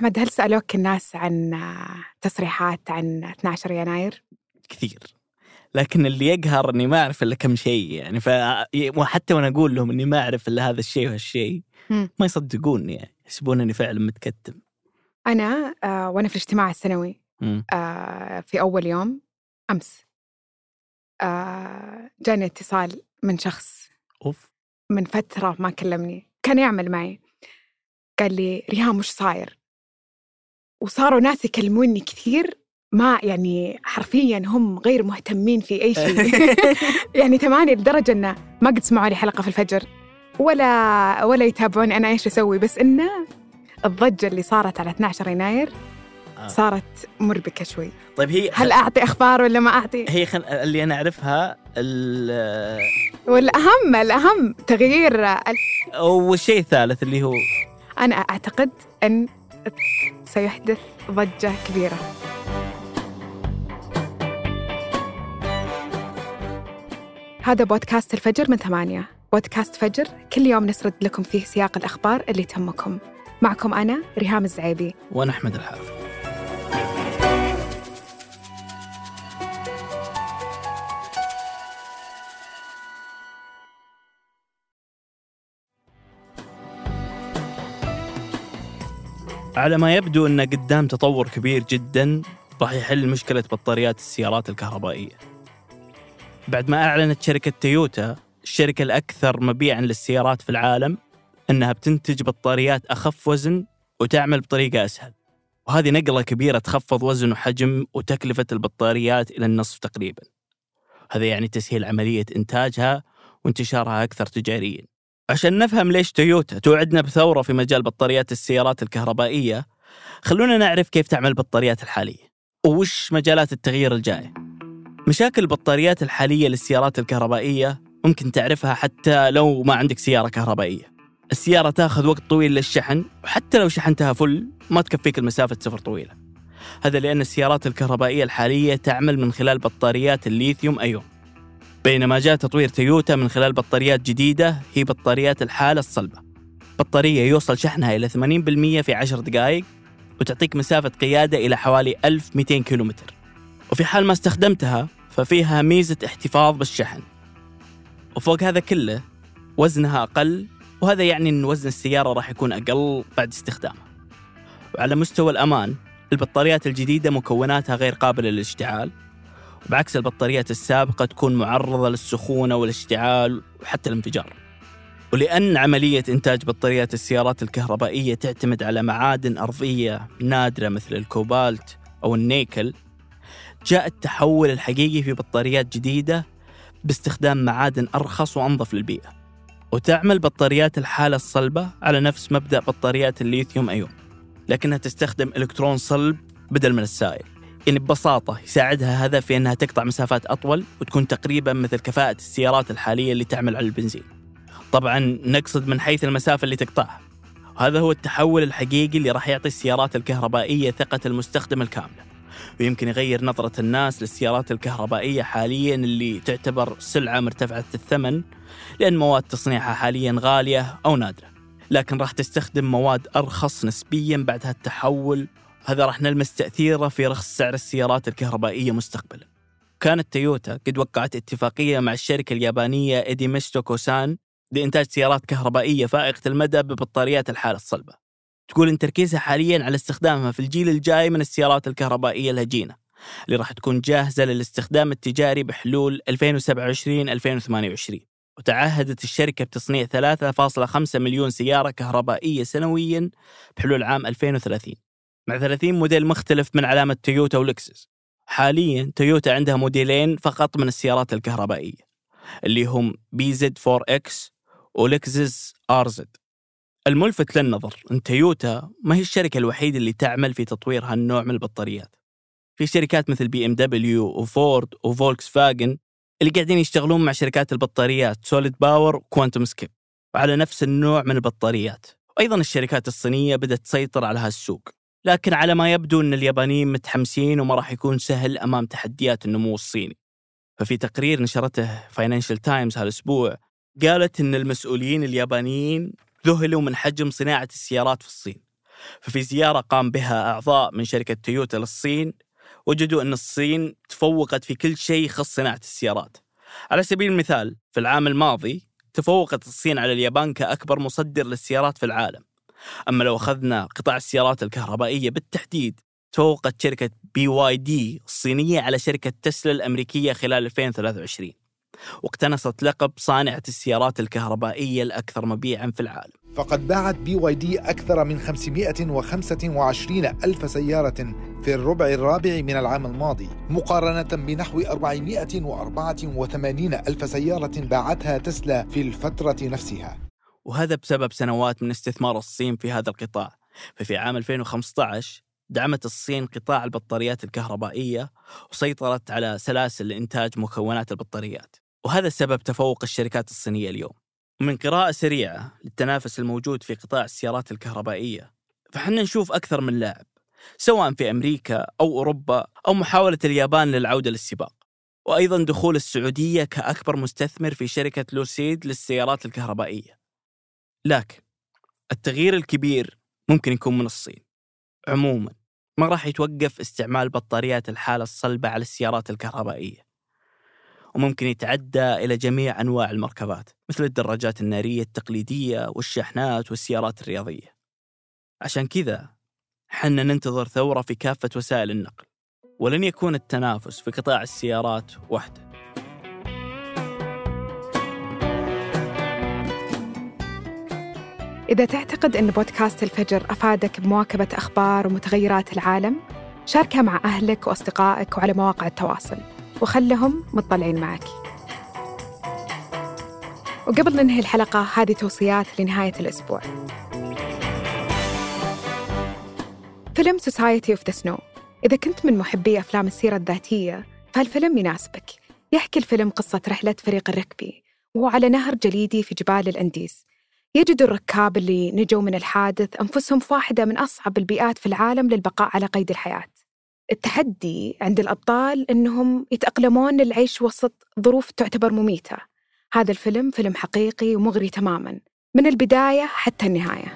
أحمد، هل سألوك الناس عن تصريحات عن 12 يناير؟ كثير، لكن اللي يقهر إني ما أعرف إلا كم شيء يعني. وحتى وأنا أقول لهم إني ما أعرف إلا هذا الشيء وهالشيء ما يصدقوني، يعني يحسبونني فعلا متكتم. أنا وأنا في الاجتماع السنوي في أول يوم أمس جاني اتصال من شخص من فترة ما كلمني، كان يعمل معي، قال لي ريهام وش صاير؟ وصاروا ناس يكلموني كثير، ما يعني حرفياً هم غير مهتمين في أي شيء. يعني تماني لدرجة إنه ما قد سمعوا لي حلقة في الفجر ولا يتابعوني أنا إيش أسوي، بس إنه الضجة اللي صارت على 12 يناير صارت مربكة شوي. طيب هل أعطي أخبار ولا ما أعطي؟ هي اللي أنا أعرفها والأهم تغيير والشيء الثالث اللي هو أنا أعتقد أن سيحدث ضجة كبيرة. هذا بودكاست الفجر من 8. بودكاست فجر كل يوم نسرد لكم فيه سياق الأخبار اللي تهمكم. معكم أنا ريهام الزعيبي وأنا أحمد الحافظ. على ما يبدو أن قدام تطور كبير جداً راح يحل مشكلة بطاريات السيارات الكهربائية. بعد ما أعلنت شركة تويوتا، الشركة الأكثر مبيعاً للسيارات في العالم، أنها بتنتج بطاريات أخف وزن وتعمل بطريقة أسهل. وهذه نقلة كبيرة تخفض وزن وحجم وتكلفة البطاريات إلى النصف تقريباً. هذا يعني تسهيل عملية إنتاجها وانتشارها أكثر تجارياً. عشان نفهم ليش تويوتا توعدنا بثورة في مجال بطاريات السيارات الكهربائية، خلونا نعرف كيف تعمل البطاريات الحالية ووش مجالات التغيير الجاية. مشاكل البطاريات الحالية للسيارات الكهربائية ممكن تعرفها حتى لو ما عندك سيارة كهربائية. السيارة تأخذ وقت طويل للشحن، وحتى لو شحنتها فل ما تكفيك المسافة سفر طويلة. هذا لأن السيارات الكهربائية الحالية تعمل من خلال بطاريات الليثيوم أيون، بينما جاء تطوير تويوتا من خلال بطاريات جديدة هي بطاريات الحالة الصلبة. بطارية يوصل شحنها إلى 80% في 10 دقائق، وتعطيك مسافة قيادة إلى حوالي 1200 كيلومتر. وفي حال ما استخدمتها ففيها ميزة احتفاظ بالشحن. وفوق هذا كله وزنها أقل، وهذا يعني أن وزن السيارة راح يكون أقل بعد استخدامها. وعلى مستوى الأمان، البطاريات الجديدة مكوناتها غير قابلة للاشتعال، وبعكس البطاريات السابقة تكون معرضة للسخونة والاشتعال وحتى الانفجار. ولأن عملية إنتاج بطاريات السيارات الكهربائية تعتمد على معادن أرضية نادرة مثل الكوبالت أو النيكل، جاء التحول الحقيقي في بطاريات جديدة باستخدام معادن أرخص وأنظف للبيئة. وتعمل بطاريات الحالة الصلبة على نفس مبدأ بطاريات الليثيوم أيون، لكنها تستخدم إلكترون صلب بدل من السائل. يعني ببساطة يساعدها هذا في أنها تقطع مسافات أطول وتكون تقريبا مثل كفاءة السيارات الحالية اللي تعمل على البنزين. طبعا نقصد من حيث المسافة اللي تقطعها. وهذا هو التحول الحقيقي اللي راح يعطي السيارات الكهربائية ثقة المستخدم الكاملة، ويمكن يغير نظرة الناس للسيارات الكهربائية حاليا اللي تعتبر سلعة مرتفعة الثمن لأن مواد تصنيعها حاليا غالية أو نادرة، لكن راح تستخدم مواد أرخص نسبيا بعد هالتحول. هذا راح نلمس تأثيره في رخص سعر السيارات الكهربائية مستقبلا. كانت تويوتا قد وقعت اتفاقية مع الشركة اليابانية إيديميستو كوسان لإنتاج سيارات كهربائية فائقة المدى ببطاريات الحالة الصلبة. تقول إن تركيزها حالياً على استخدامها في الجيل الجاي من السيارات الكهربائية الهجينة اللي راح تكون جاهزة للاستخدام التجاري بحلول 2027-2028. وتعهدت الشركة بتصنيع 3.5 مليون سيارة كهربائية سنوياً بحلول عام 2030 مع 30 موديل مختلف من علامة تويوتا ولكسس. حالياً تويوتا عندها موديلين فقط من السيارات الكهربائية اللي هم BZ4X ولكسس RZ. الملفت للنظر أن تويوتا ما هي الشركة الوحيدة اللي تعمل في تطوير هالنوع من البطاريات. في شركات مثل BMW وفورد وفولكس فاجن اللي قاعدين يشتغلون مع شركات البطاريات سوليد باور وكوانتوم سكيب على نفس النوع من البطاريات. وأيضا الشركات الصينية بدأت تسيطر على هالسوق، لكن على ما يبدو أن اليابانيين متحمسين وما راح يكون سهل أمام تحديات النمو الصيني. ففي تقرير نشرته فاينانشال تايمز هالأسبوع قالت أن المسؤولين اليابانيين ذهلوا من حجم صناعة السيارات في الصين، ففي زيارة قام بها أعضاء من شركة تويوتا للصين، وجدوا أن الصين تفوقت في كل شيء يخص صناعة السيارات. على سبيل المثال، في العام الماضي تفوقت الصين على اليابان كأكبر مصدر للسيارات في العالم. أما لو أخذنا قطاع السيارات الكهربائية بالتحديد، تفوقت شركة BYD الصينية على شركة تسلا الأمريكية خلال 2023، واقتنصت لقب صانعة السيارات الكهربائية الأكثر مبيعاً في العالم. فقد باعت BYD أكثر من 525 ألف سيارة في الربع الرابع من العام الماضي، مقارنة بنحو 484 ألف سيارة باعتها تسلا في الفترة نفسها. وهذا بسبب سنوات من استثمار الصين في هذا القطاع. ففي عام 2015 دعمت الصين قطاع البطاريات الكهربائية وسيطرت على سلاسل إنتاج مكونات البطاريات، وهذا سبب تفوق الشركات الصينية اليوم. ومن قراءة سريعة للتنافس الموجود في قطاع السيارات الكهربائية، فحنا نشوف أكثر من لاعب سواء في أمريكا أو أوروبا، أو محاولة اليابان للعودة للسباق، وأيضا دخول السعودية كأكبر مستثمر في شركة لوسيد للسيارات الكهربائية. لكن التغيير الكبير ممكن يكون من الصين. عموما ما راح يتوقف استعمال بطاريات الحالة الصلبة على السيارات الكهربائية، وممكن يتعدى إلى جميع أنواع المركبات مثل الدراجات النارية التقليدية والشاحنات والسيارات الرياضية. عشان كذا حنا ننتظر ثورة في كافة وسائل النقل، ولن يكون التنافس في قطاع السيارات وحده. إذا تعتقد أن بودكاست الفجر أفادك بمواكبة أخبار ومتغيرات العالم، شاركها مع أهلك وأصدقائك وعلى مواقع التواصل، وخلهم مطلعين معك. وقبل ننهي الحلقة، هذه توصيات لنهاية الأسبوع. فيلم Society of the Snow، إذا كنت من محبي أفلام السيرة الذاتية فهالفيلم يناسبك. يحكي الفيلم قصة رحلة فريق الركبي وهو على نهر جليدي في جبال الأنديز. يجد الركاب اللي نجوا من الحادث أنفسهم في واحدة من أصعب البيئات في العالم للبقاء على قيد الحياة. التحدي عند الأبطال أنهم يتأقلمون للعيش وسط ظروف تعتبر مميتة. هذا الفيلم فيلم حقيقي ومغري تماماً من البداية حتى النهاية.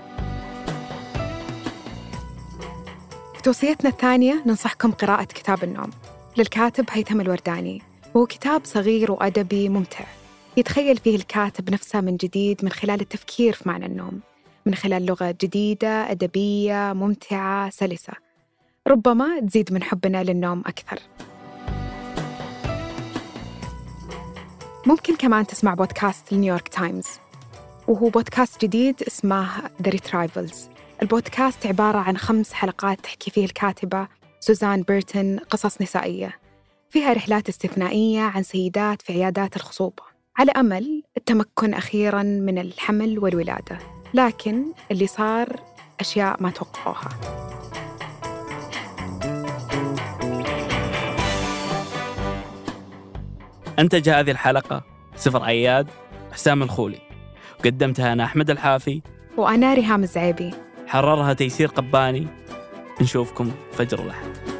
في توصيتنا الثانية ننصحكم قراءة كتاب النوم للكاتب هيثم الورداني، وهو كتاب صغير وأدبي ممتع يتخيل فيه الكاتب نفسه من جديد من خلال التفكير في معنى النوم، من خلال لغة جديدة أدبية ممتعة سلسة، ربما تزيد من حبنا للنوم أكثر. ممكن كمان تسمع بودكاست نيويورك تايمز، وهو بودكاست جديد اسمه The Retrievals. البودكاست عبارة عن 5 حلقات تحكي فيه الكاتبة سوزان بيرتون قصص نسائية فيها رحلات استثنائية عن سيدات في عيادات الخصوبة على أمل التمكن أخيراً من الحمل والولادة، لكن اللي صار أشياء ما توقعوها. أنتج هذه الحلقة سفر عياد حسام الخولي، وقدمتها أنا أحمد الحافي وأنا ريهام الزعيبي، حررها تيسير قباني. نشوفكم فجر الأحد.